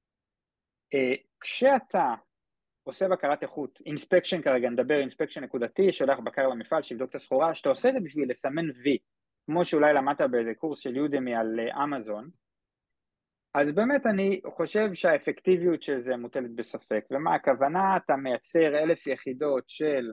כשאתה עושה בקרת איכות, אינספקשן כרגע, נדבר אינספקשן נקודתי, שולח בקר למפעל, שיבדוק את הסחורה, שאתה עושה את זה בשביל לסמן וי, כמו שאולי למדת באיזה קורס של יודמי על אמזון, אז באמת אני חושב שהאפקטיביות של זה מוטלת בספק, ומה הכוונה? אתה מייצר אלף יחידות של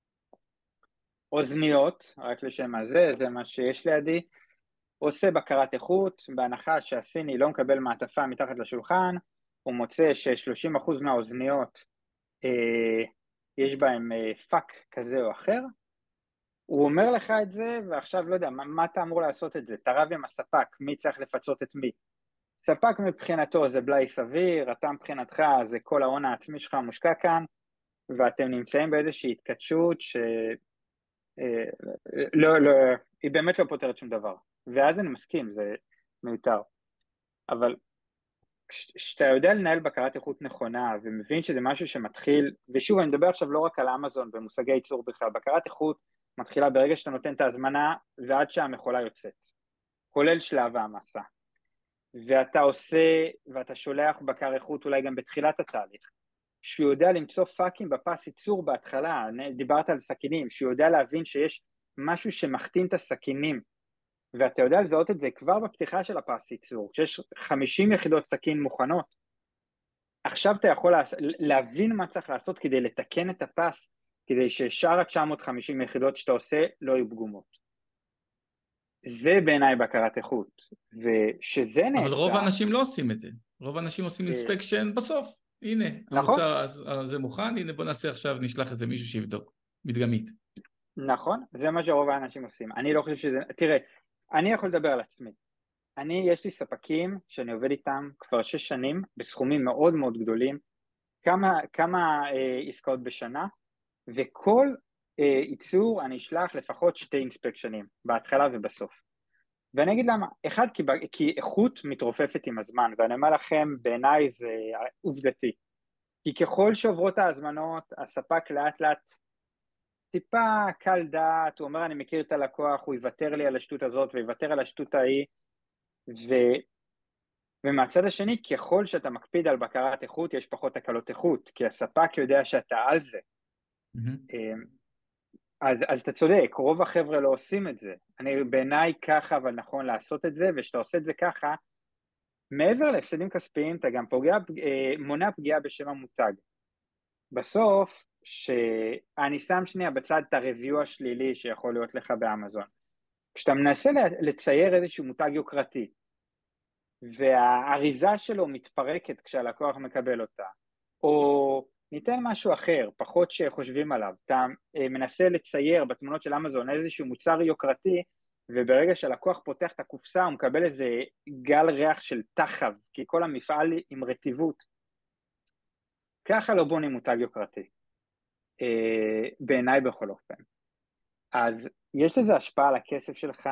אוזניות, רק לשם הזה, זה מה שיש לידי, עושה בקרת איכות, בהנחה שהסיני לא מקבל מעטפה מתחת לשולחן, הוא מוצא ש-שלושים אחוז מהאוזניות אה, יש בהם אה, פאק כזה או אחר, הוא אומר לך את זה, ועכשיו לא יודע, מה, מה אתה אמור לעשות את זה? תרב עם הספק, מי צריך לפצות את מי? ספק מבחינתו זה בלי סביר, אתה מבחינתך זה כל ההון העצמי שלך מושקע כאן, ואתם נמצאים באיזושהי התקדשות ש... אה, לא, לא, היא באמת לא פותרת שום דבר, ואז אני מסכים, זה מיותר. אבל כשאתה יודע לנהל בקרת איכות נכונה, ומבין שזה משהו שמתחיל, ושוב אני מדבר עכשיו לא רק על אמזון במושגי ייצור בכלל, בקרת איכות מתחילה ברגע שאתה נותן את ההזמנה, ועד שהמכולה יוצאת, כולל שלב המסה. ואתה עושה, ואתה שולח בקר איכות אולי גם בתחילת התהליך, שהוא יודע למצוא פאקים בפס ייצור בהתחלה, דיברת על סכינים, שהוא יודע להבין שיש משהו שמחתים את הסכינים, ואתה יודע לזהות את זה כבר בפתיחה של הפס ייצור, כשיש חמישים יחידות סכין מוכנות, עכשיו אתה יכול להבין מה צריך לעשות כדי לתקן את הפס, כדי ששאר ה-תשע מאות וחמישים יחידות שאתה עושה לא יהיו פגומות. זה בעיניי בקרת איכות, ושזה נעשה... אבל רוב האנשים לא עושים את זה, רוב האנשים עושים אינספקשן בסוף, הנה, נכון. המוצר זה מוכן, הנה בוא נעשה עכשיו, נשלח איזה מישהו שיבדוק, מדגמית. נכון, זה מה שרוב האנשים עושים, אני לא חושב שזה... תראה, אני יכול לדבר על עצמי, אני, יש לי ספקים שאני עובד איתם כבר שש שנים, בסכומים מאוד מאוד גדולים, כמה, כמה אה, עסקאות בשנה, וכל אה, ייצור אני אשלח לפחות שתי אינספקשנים, בהתחלה ובסוף. ואני אגיד למה, אחד, כי, כי איכות מתרופפת עם הזמן, ואני אומר לכם, בעיניי זה עובדתי, כי ככל שעוברות ההזמנות, הספק לאט לאט טיפה קל דעת, הוא אומר אני מכיר את הלקוח, הוא יוותר לי על השטות הזאת, ויוותר על השטות ההיא, ו... ומהצד השני, ככל שאתה מקפיד על בקרת איכות, יש פחות הקלות איכות, כי הספק יודע שאתה על זה. Mm-hmm. אז, אז אתה צודק, רוב החבר'ה לא עושים את זה. אני בעיניי ככה, אבל נכון לעשות את זה, ושאתה עושה את זה ככה, מעבר להפסדים כספיים, אתה גם פוגע, מונע פגיעה בשם המותג. בסוף, שאני שם שנייה בצד את הריוויו השלילי שיכול להיות לך באמזון. כשאתה מנסה לצייר איזשהו מותג יוקרתי, והאריזה שלו מתפרקת כשהלקוח מקבל אותה, או ניתן משהו אחר, פחות שחושבים עליו, אתה מנסה לצייר בתמונות של אמזון איזשהו מוצר יוקרתי, וברגע שהלקוח פותח את הקופסה, הוא מקבל איזה גל ריח של תחב, כי כל המפעל עם רטיבות. ככה לא בונים מותג יוקרתי, בעיניי בכל אופן. אז יש לזה השפעה על הכסף שלך,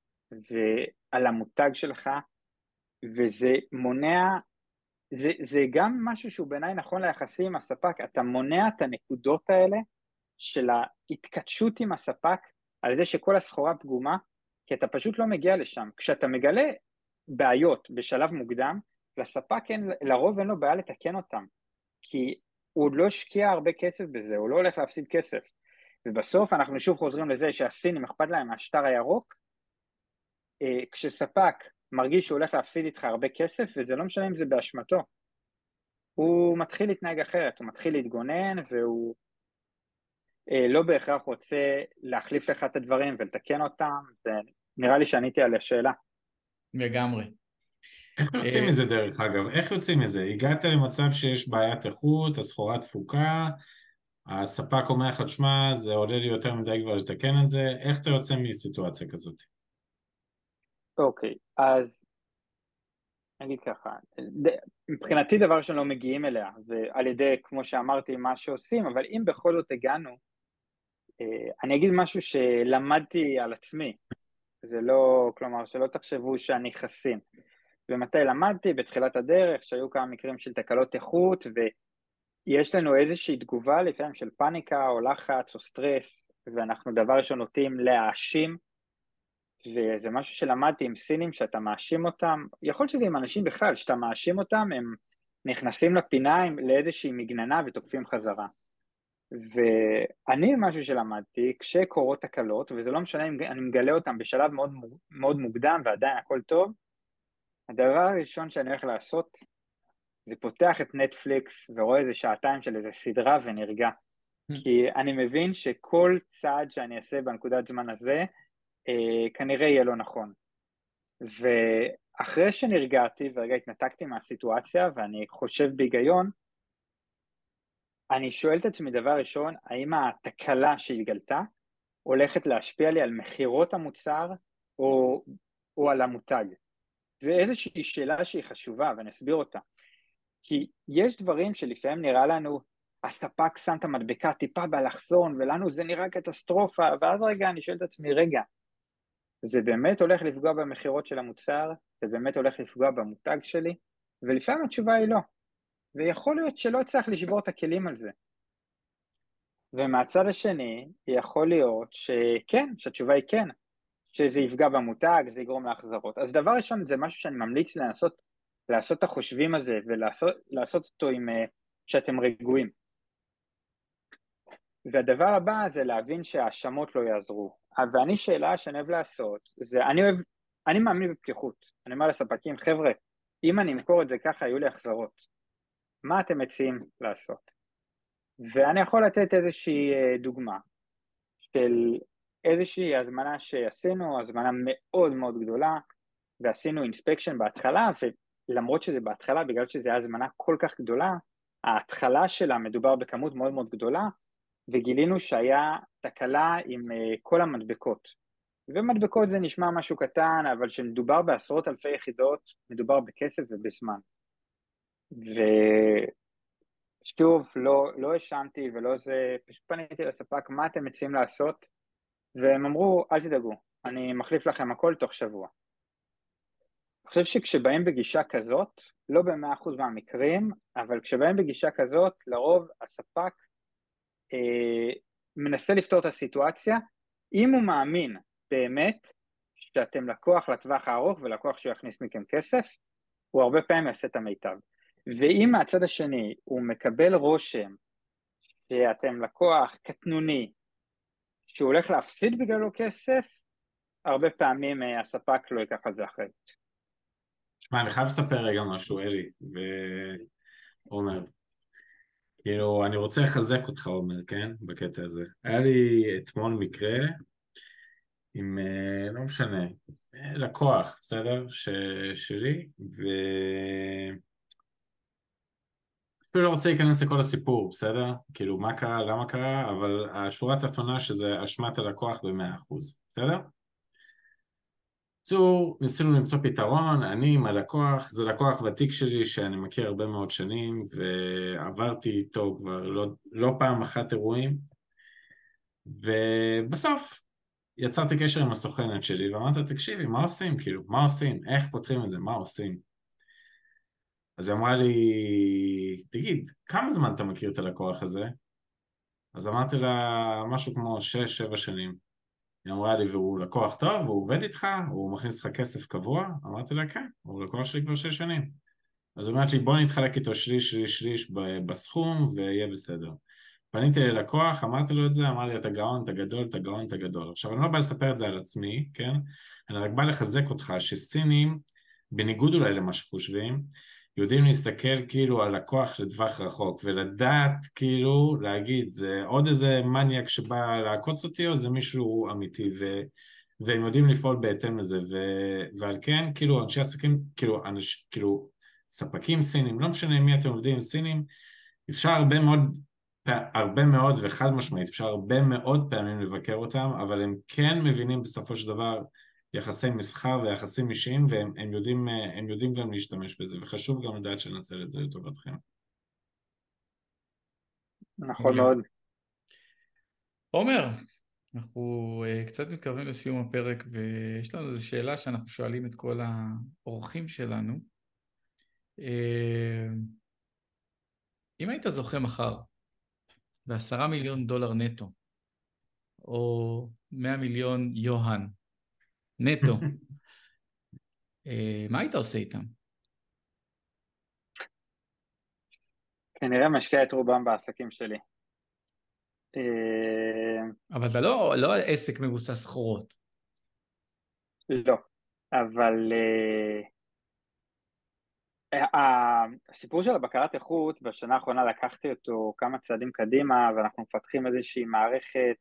ועל המותג שלך, וזה מונע, זה, זה גם משהו שהוא בעיניי נכון ליחסים עם הספק, אתה מונע את הנקודות האלה של ההתקדשות עם הספק, על זה שכל הסחורה פגומה, כי אתה פשוט לא מגיע לשם. כשאתה מגלה בעיות בשלב מוקדם, לספק אין, לרוב אין לו בעיה לתקן אותם, כי הוא עוד לא השקיע הרבה כסף בזה, הוא לא הולך להפסיד כסף, ובסוף אנחנו שוב חוזרים לזה שהסינים אכפת להם מהשטר הירוק, כשספק מרגיש שהוא הולך להפסיד איתך הרבה כסף, וזה לא משנה אם זה באשמתו. הוא מתחיל להתנהג אחרת, הוא מתחיל להתגונן, והוא אה, לא בהכרח רוצה להחליף לך את הדברים ולתקן אותם, ונראה לי שעניתי על השאלה. לגמרי. איך יוצאים מזה דרך אגב? איך יוצאים מזה? הגעת למצב שיש בעיית איכות, הסחורה דפוקה, הספק אומר לך, תשמע, זה עולה לי יותר מדי כבר לתקן את זה, איך אתה יוצא מסיטואציה כזאת? אוקיי, אז נגיד ככה, מבחינתי דבר שלא מגיעים אליה, ועל ידי, כמו שאמרתי, מה שעושים, אבל אם בכל זאת הגענו, אני אגיד משהו שלמדתי על עצמי, זה לא, כלומר, שלא תחשבו שאני חסין. ומתי למדתי? בתחילת הדרך, שהיו כמה מקרים של תקלות איכות, ויש לנו איזושהי תגובה, לפעמים של פאניקה או לחץ או סטרס, ואנחנו דבר ראשון נוטים להאשים, וזה משהו שלמדתי עם סינים, שאתה מאשים אותם, יכול להיות שזה עם אנשים בכלל, שאתה מאשים אותם, הם נכנסים לפינה לאיזושהי מגננה ותוקפים חזרה. ואני משהו שלמדתי, כשקורות תקלות, וזה לא משנה אם אני מגלה אותם בשלב מאוד, מאוד מוקדם ועדיין הכל טוב, הדבר הראשון שאני הולך לעשות, זה פותח את נטפליקס ורואה איזה שעתיים של איזה סדרה ונרגע. כי אני מבין שכל צעד שאני אעשה בנקודת זמן הזה, אה, כנראה יהיה לא נכון. ואחרי שנרגעתי ורגע התנתקתי מהסיטואציה, ואני חושב בהיגיון, אני שואל את עצמי דבר ראשון, האם התקלה שהתגלתה הולכת להשפיע לי על מחירות המוצר או, או על המותג? זה איזושהי שאלה שהיא חשובה ואני אסביר אותה. כי יש דברים שלפעמים נראה לנו, הספק שם את המדבקה טיפה באלכסון ולנו זה נראה קטסטרופה, ואז רגע אני שואל את עצמי, רגע, זה באמת הולך לפגוע במחירות של המוצר? זה באמת הולך לפגוע במותג שלי? ולפעמים התשובה היא לא. ויכול להיות שלא צריך לשבור את הכלים על זה. ומהצד השני, יכול להיות שכן, שהתשובה היא כן, שזה יפגע במותג, זה יגרום להחזרות. אז דבר ראשון, זה משהו שאני ממליץ לנסות, לעשות את החושבים הזה, ולעשות לעשות אותו עם, שאתם רגועים. והדבר הבא זה להבין שהאשמות לא יעזרו. ואני שאלה שאני אוהב לעשות, זה, אני אוהב, אני מאמין בפתיחות. אני אומר לספקים, חבר'ה, אם אני אמכור את זה ככה, יהיו לי החזרות. מה אתם מציעים לעשות? ואני יכול לתת איזושהי דוגמה של איזושהי הזמנה שעשינו, הזמנה מאוד מאוד גדולה, ועשינו אינספקשן בהתחלה, ולמרות שזה בהתחלה, בגלל שזה היה הזמנה כל כך גדולה, ההתחלה שלה מדובר בכמות מאוד מאוד גדולה, וגילינו שהיה תקלה עם כל המדבקות. ומדבקות זה נשמע משהו קטן, אבל שמדובר בעשרות אלפי יחידות, מדובר בכסף ובזמן. ושוב, לא, לא השמתי ולא זה, פשוט פניתי לספק, מה אתם מציעים לעשות? והם אמרו, אל תדאגו, אני מחליף לכם הכל תוך שבוע. אני חושב שכשבאים בגישה כזאת, לא ב-מאה אחוז מהמקרים, אבל כשבאים בגישה כזאת, לרוב הספק אה, מנסה לפתור את הסיטואציה, אם הוא מאמין באמת שאתם לקוח לטווח הארוך ולקוח שהוא יכניס מכם כסף, הוא הרבה פעמים יעשה את המיטב. ואם מהצד השני הוא מקבל רושם שאתם לקוח קטנוני, שהוא הולך להפסיד בגללו כסף, הרבה פעמים הספק לא ייקח על זה אחריות. שמע, אני חייב לספר רגע משהו, אלי, ועומר. כאילו, אני רוצה לחזק אותך, עומר, כן? בקטע הזה. היה לי אתמול מקרה עם, לא משנה, לקוח, בסדר? ש... שלי, ו... אפילו לא רוצה להיכנס לכל הסיפור, בסדר? כאילו, מה קרה, למה קרה, אבל השורה התחתונה שזה אשמת הלקוח ב-מאה אחוז, בסדר? צור, ניסינו למצוא פתרון, אני עם הלקוח, זה לקוח ותיק שלי שאני מכיר הרבה מאוד שנים, ועברתי איתו כבר לא, לא פעם אחת אירועים, ובסוף יצרתי קשר עם הסוכנת שלי, ואמרתי, תקשיבי, מה עושים? כאילו, מה עושים? איך פותרים את זה? מה עושים? אז היא אמרה לי, תגיד, כמה זמן אתה מכיר את הלקוח הזה? אז אמרתי לה, משהו כמו שש, שבע שנים. היא אמרה לי, והוא לקוח טוב, והוא עובד איתך, הוא מכניס לך כסף קבוע? אמרתי לה, כן, הוא לקוח שלי כבר שש שנים. אז היא אומרת לי, בוא נתחלק איתו שליש, שליש, שליש בסכום, ויהיה בסדר. פניתי ללקוח, אמרתי לו את זה, אמר לי, אתה גאון, אתה גדול, אתה גאון, אתה גדול. עכשיו, אני לא בא לספר את זה על עצמי, כן? אני רק בא לחזק אותך, שסינים, בניגוד אולי למה שחושבים, יודעים להסתכל כאילו על לקוח לטווח רחוק, ולדעת כאילו להגיד, זה עוד איזה מניאק שבא לעקוץ אותי, או זה מישהו אמיתי, ו... והם יודעים לפעול בהתאם לזה, ו... ועל כן, כאילו, אנשי עסקים, כאילו, אנש... כאילו, ספקים סינים, לא משנה מי אתם עובדים סינים, אפשר הרבה מאוד, הרבה מאוד וחד משמעית, אפשר הרבה מאוד פעמים לבקר אותם, אבל הם כן מבינים בסופו של דבר, יחסי מסחר ויחסים אישיים, והם הם יודעים, הם יודעים גם להשתמש בזה, וחשוב גם לדעת שנצל את זה לטובתכם. נכון מאוד. עומר, אנחנו uh, קצת מתקרבים לסיום הפרק, ויש לנו איזו שאלה שאנחנו שואלים את כל האורחים שלנו. Uh, אם היית זוכה מחר בעשרה מיליון דולר נטו, או מאה מיליון יוהן, נטו, מה היית עושה איתם? כנראה משקיע את רובם בעסקים שלי. אבל זה לא, לא עסק מבוסס סחורות. לא, אבל הסיפור של הבקרת איכות, בשנה האחרונה לקחתי אותו כמה צעדים קדימה, ואנחנו מפתחים איזושהי מערכת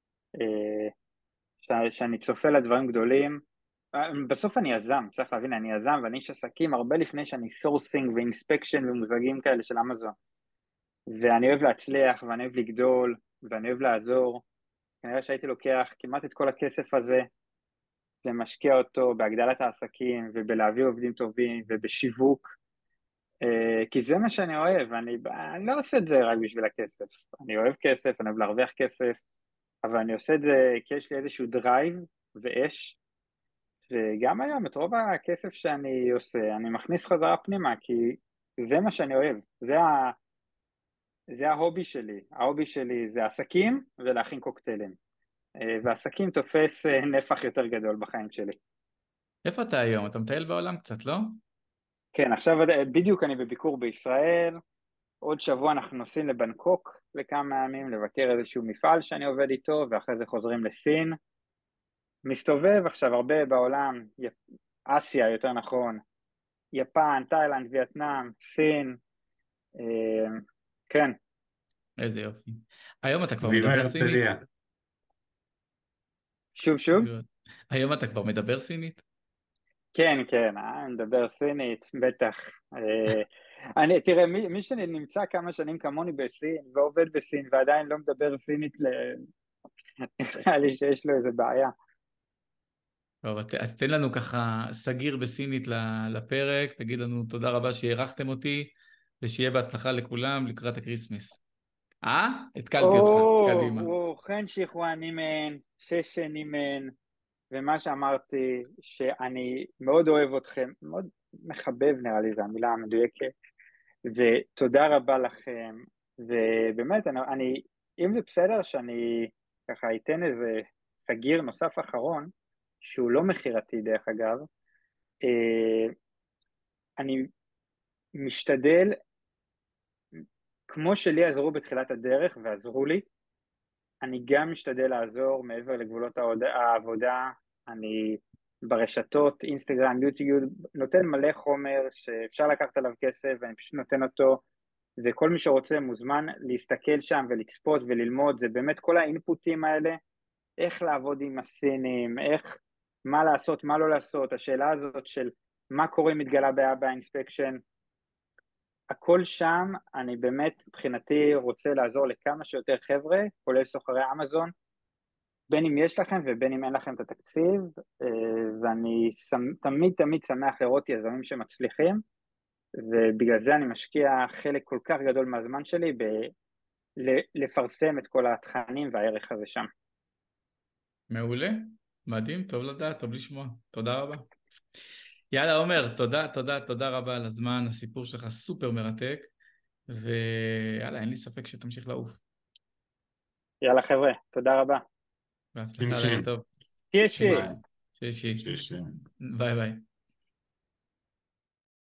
שאני צופה לדברים גדולים. בסוף אני יזם, צריך להבין, אני יזם ואני איש עסקים הרבה לפני שאני סורסינג ואינספקשן ומושגים כאלה של אמזון. ואני אוהב להצליח ואני אוהב לגדול ואני אוהב לעזור. כנראה שהייתי לוקח כמעט את כל הכסף הזה ומשקיע אותו בהגדלת העסקים ובלהביא עובדים טובים ובשיווק, כי זה מה שאני אוהב. אני, אני לא עושה את זה רק בשביל הכסף, אני אוהב כסף, אני אוהב להרוויח כסף, אבל אני עושה את זה כי יש לי איזשהו דרייב ואש, וגם היום את רוב הכסף שאני עושה אני מכניס חזרה פנימה, כי זה מה שאני אוהב, זה, ה... זה ההובי שלי. ההובי שלי זה עסקים ולהכין קוקטיילים, ועסקים תופס נפח יותר גדול בחיים שלי. איפה אתה היום? אתה מטייל בעולם קצת, לא? כן, עכשיו בדיוק אני בביקור בישראל, עוד שבוע אנחנו נוסעים לבנקוק לכמה ימים, לבקר איזשהו מפעל שאני עובד איתו, ואחרי זה חוזרים לסין. מסתובב עכשיו הרבה בעולם, אסיה יותר נכון, יפן, תאילנד, וייטנאם, סין, כן. איזה יופי. היום אתה כבר מדבר סינית? שוב שוב? היום אתה כבר מדבר סינית? כן, כן, אני מדבר סינית, בטח. אני, תראה, מי, מי שנמצא כמה שנים כמוני בסין, ועובד בסין, ועדיין לא מדבר סינית, נראה לי שיש לו איזה בעיה. טוב, אז תן לנו ככה סגיר בסינית לפרק, תגיד לנו תודה רבה שהערכתם אותי, ושיהיה בהצלחה לכולם לקראת הקריסמס. אה? התקלתי אותך, קדימה. או, חן שיחווה נימן, שש נימן, ומה שאמרתי, שאני מאוד אוהב אתכם, מאוד מחבב נראה לי, זו המילה המדויקת, ותודה רבה לכם, ובאמת, אני, אני, אם זה בסדר שאני ככה אתן איזה סגיר נוסף אחרון, שהוא לא מחירתי דרך אגב, אני משתדל, כמו שלי עזרו בתחילת הדרך ועזרו לי, אני גם משתדל לעזור מעבר לגבולות העבודה. אני ברשתות, אינסטגרם, יוטיוב, נותן מלא חומר שאפשר לקחת עליו כסף, ואני פשוט נותן אותו, וכל מי שרוצה מוזמן להסתכל שם ולצפות וללמוד. זה באמת כל האינפוטים האלה, איך לעבוד עם הסינים, איך, מה לעשות, מה לא לעשות, השאלה הזאת של מה קורה אם מתגלה בעיה באינספקשן, הכל שם. אני באמת מבחינתי רוצה לעזור לכמה שיותר חבר'ה, כולל סוחרי אמזון, בין אם יש לכם ובין אם אין לכם את התקציב, ואני תמיד תמיד שמח לראות יזמים שמצליחים, ובגלל זה אני משקיע חלק כל כך גדול מהזמן שלי בלפרסם את כל התכנים והערך הזה שם. מעולה, מדהים, טוב לדעת, טוב לשמוע, תודה רבה. יאללה עומר, תודה, תודה, תודה רבה על הזמן, הסיפור שלך סופר מרתק, ויאללה, אין לי ספק שתמשיך לעוף. יאללה חבר'ה, תודה רבה. בהצלחה, לילה טוב. שישי. שישי. שישי. ביי ביי.